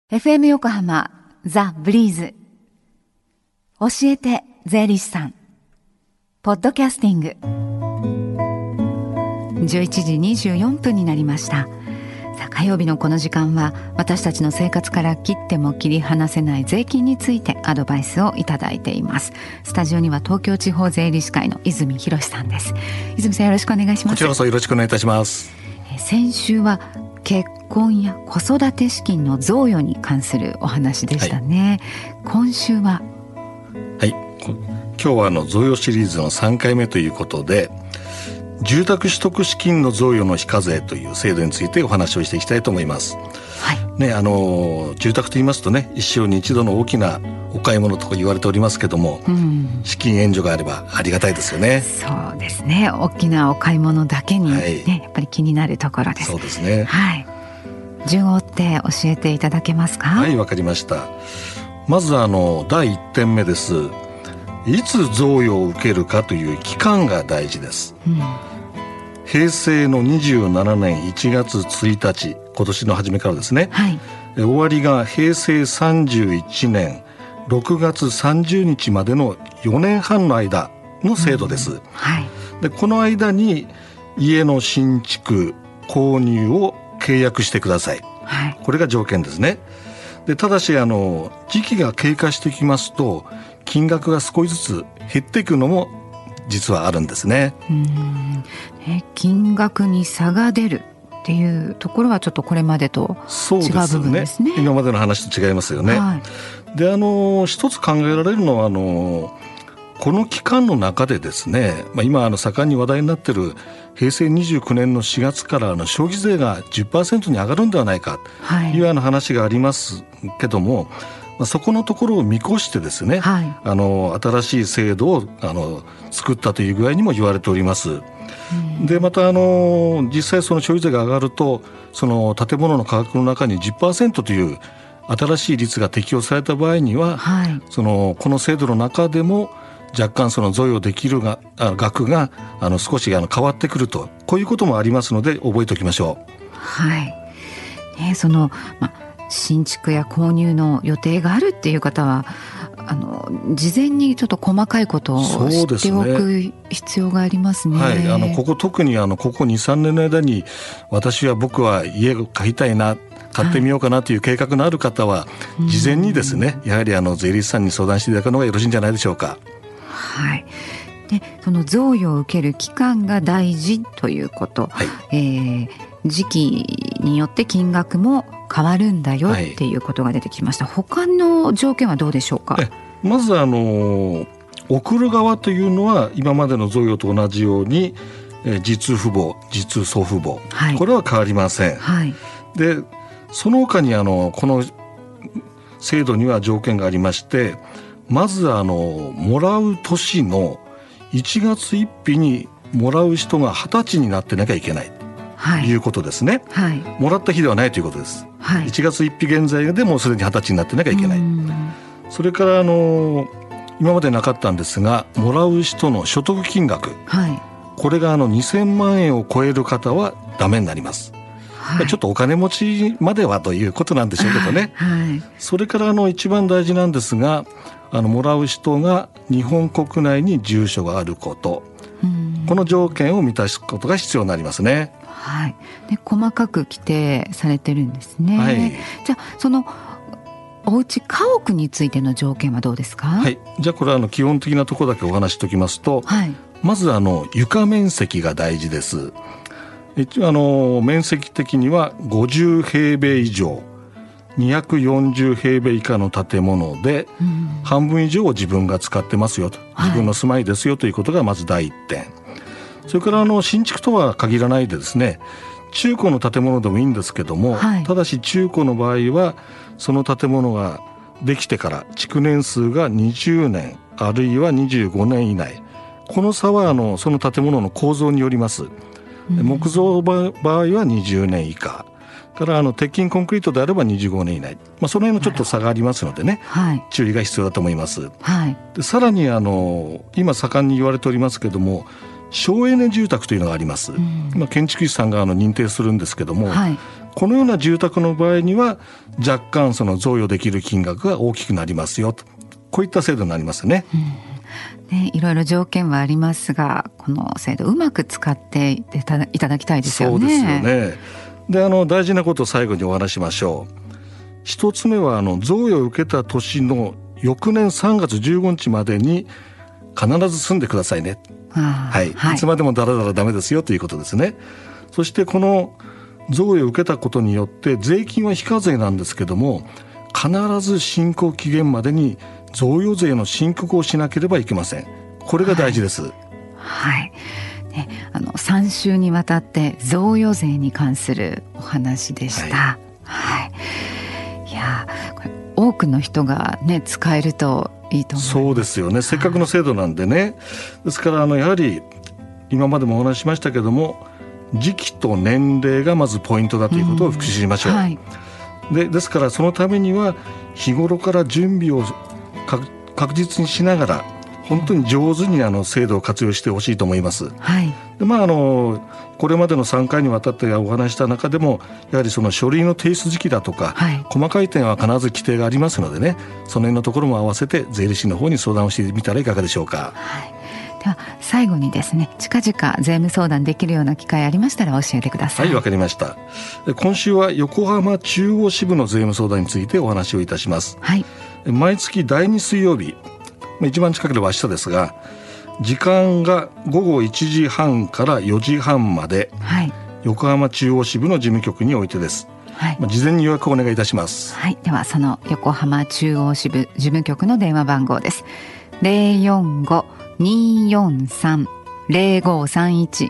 FM 横浜ザ・ブリーズ教えて税理士さんポッドキャスティング11時24分になりました。さあ、火曜日のこの時間は私たちの生活から切っても切り離せない税金についてアドバイスをいただいています。スタジオには東京地方税理士会の泉博さんです。泉さん、よろしくお願いします。 こちらこそよろしくお願いいたします。 先週は結婚や子育て資金の贈与に関するお話でしたね、今週は今日は贈与シリーズの3回目ということで、住宅取得資金の贈与の非課税という制度についてお話をしていきたいと思います、住宅と言いますとね、一生に一度の大きなお買い物とか言われておりますけども、資金援助があればありがたいですよね。 そうですね、大きなお買い物だけに、やっぱり気になるところです。 そうですね、 順を追って教えていただけますか。 はい、わかりました。まず第1点目です。いつ贈与を受けるかという期間が大事です、平成の27年1月1日、今年の初めからですね、終わりが平成31年6月30日までの4年半の間の制度です、でこの間に家の新築購入を契約してください、これが条件ですね。でただし時期が経過してきますと金額が少しずつ減っていくのも実はあるんですね。 金額に差が出るっていうところはちょっとこれまでと違う部分ですね。 今までの話と違いますよね、で一つ考えられるのはこの期間の中でですね、今盛んに話題になっている平成29年の4月から消費税が 10% に上がるんではないかというような話がありますけども、そこのところを見越してですね、新しい制度を作ったという具合にも言われております、でまた実際その消費税が上がるとその建物の価格の中に 10% という新しい率が適用された場合には、この制度の中でも若干その贈与できる額が少し変わってくると、こういうこともありますので覚えておきましょう。 新築や購入の予定があるっていう方は事前にちょっと細かいことを知っておく必要がありますね。 ここ特にここ 2,3 年の間に僕は家を買いたいな、買ってみようかなという計画のある方は、事前にですね、やはり税理士さんに相談していただくのがよろしいんじゃないでしょうか。 でその贈与を受ける期間が大事ということ、時期によって金額も変わるんだよっていうことが出てきました、他の条件はどうでしょうか。 まず送る側というのは今までの贈与と同じように、実父母実祖父母、これは変わりません、でその他にこの制度には条件がありまして、まずもらう年の1月1日にもらう人が20歳になってなきゃいけないということですね、もらった日ではないということです、1月1日現在でもうすでに20歳になってなきゃいけない。それから今までなかったんですが、もらう人の所得金額、これが2000万円を超える方はダメになります、ちょっとお金持ちまではということなんでしょうけどね、それから一番大事なんですが、もらう人が日本国内に住所があること、この条件を満たすことが必要になりますね。 で細かく規定されてるんですね、じゃあそのお家家屋についての条件はどうですか。 じゃあこれは基本的なところだけお話ししておきますと、まず床面積が大事です。面積的には50平米以上240平米以下の建物で、半分以上を自分が使ってますよと、自分の住まいですよということがまず第一点。それから新築とは限らないでですね、中古の建物でもいいんですけども、ただし中古の場合はその建物ができてから築年数が20年あるいは25年以内、この差はその建物の構造によります。木造場合は20年以下から鉄筋コンクリートであれば25年以内、その辺のちょっと差がありますのでね、注意が必要だと思います、でさらに今盛んに言われておりますけども、省エネ住宅というのがあります、建築士さんが認定するんですけども、 このような住宅の場合には若干その贈与できる金額が大きくなりますよと、こういった制度になりますね。 ね、いろいろ条件はありますが、この制度うまく使っていただきたいですよね。 そうですよね。で、大事なことを最後にお話しましょう。一つ目は贈与を受けた年の翌年3月15日までに必ず住んでくださいね。はい、いつまでもだらだらダメですよということですね。そしてこの贈与を受けたことによって税金は非課税なんですけども、必ず申告期限までに贈与税の申告をしなければいけません。これが大事です。 はい、はいね、3週にわたって贈与税に関するお話でした。はいはい、いやこれ多くの人が、ね、使えるといいと思います。 そうですよね。せっかくの制度なんでね。ですからやはり今までもお話ししましたけども、時期と年齢がまずポイントだということを復習しましょう。はい、ですからそのためには日頃から準備を確実にしながら本当に上手に制度を活用してほしいと思います。はい、でこれまでの3回にわたってお話した中でも、やはりその書類の提出時期だとか、はい、細かい点は必ず規定がありますのでね、その辺のところも合わせて税理士の方に相談をしてみたらいかがでしょうか。 はい、では最後にですね、近々税務相談できるような機会ありましたら教えてください。 はい、わかりました。今週は横浜中央支部の税務相談についてお話をいたします。はい、毎月第2水曜日、一番近ければ明日ですが、時間が午後1時半から4時半まで、はい、横浜中央支部の事務局においてです。はい、事前に予約をお願いいたします。 はい、ではその横浜中央支部事務局の電話番号です。 045-243-0531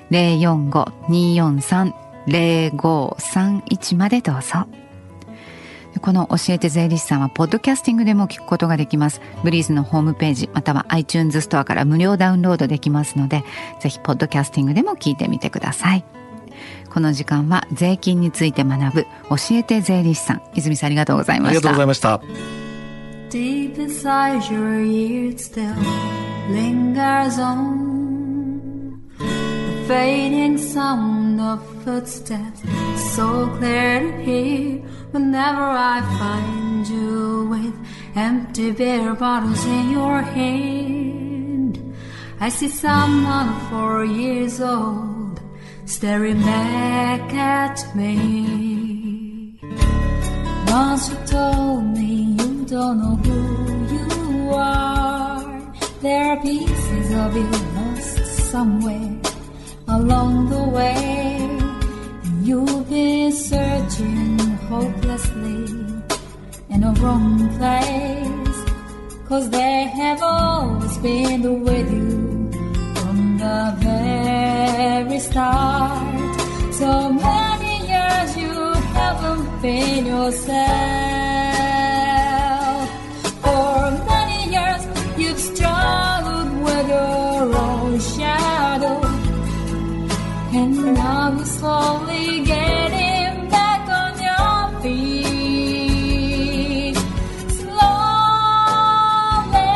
045-243-0531 までどうぞ。この教えて税理士さんはポッドキャスティングでも聞くことができます。ブリーズのホームページまたは iTunes ストアから無料ダウンロードできますので、ぜひポッドキャスティングでも聞いてみてください。この時間は税金について学ぶ教えて税理士さん、泉さんありがとうございました。 ありがとうございました。 Deep inside your ears still lingers on the fading sound of footsteps, so clear to hear whenever I find you with empty beer bottles in your hand. I see someone 4 years old staring back at me. Once you told me you don't know who you are. There are pieces of you lost somewhere along the way. You've been searching hopelessly in a wrong place, 'cause they have always been with you from the very start. So many years you haven't been yourself. For many years you've struggled with your own shadow, and now you're slowly getting back on your feet. Slowly,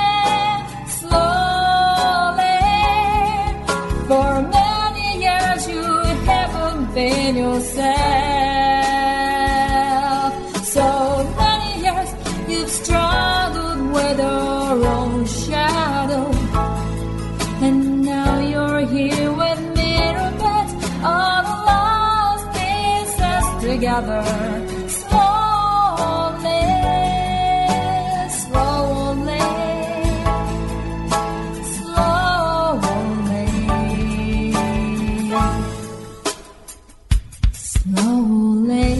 slowly. For many years you haven't been yourself. So many years you've struggled with your own shadow, and now you're here with me to put all the lost pieces together. Slowly, slowly, slowly, slowly.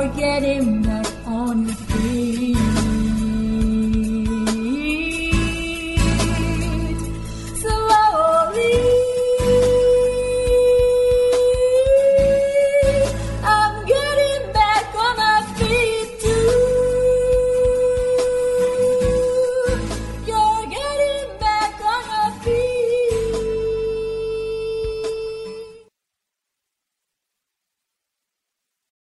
forget him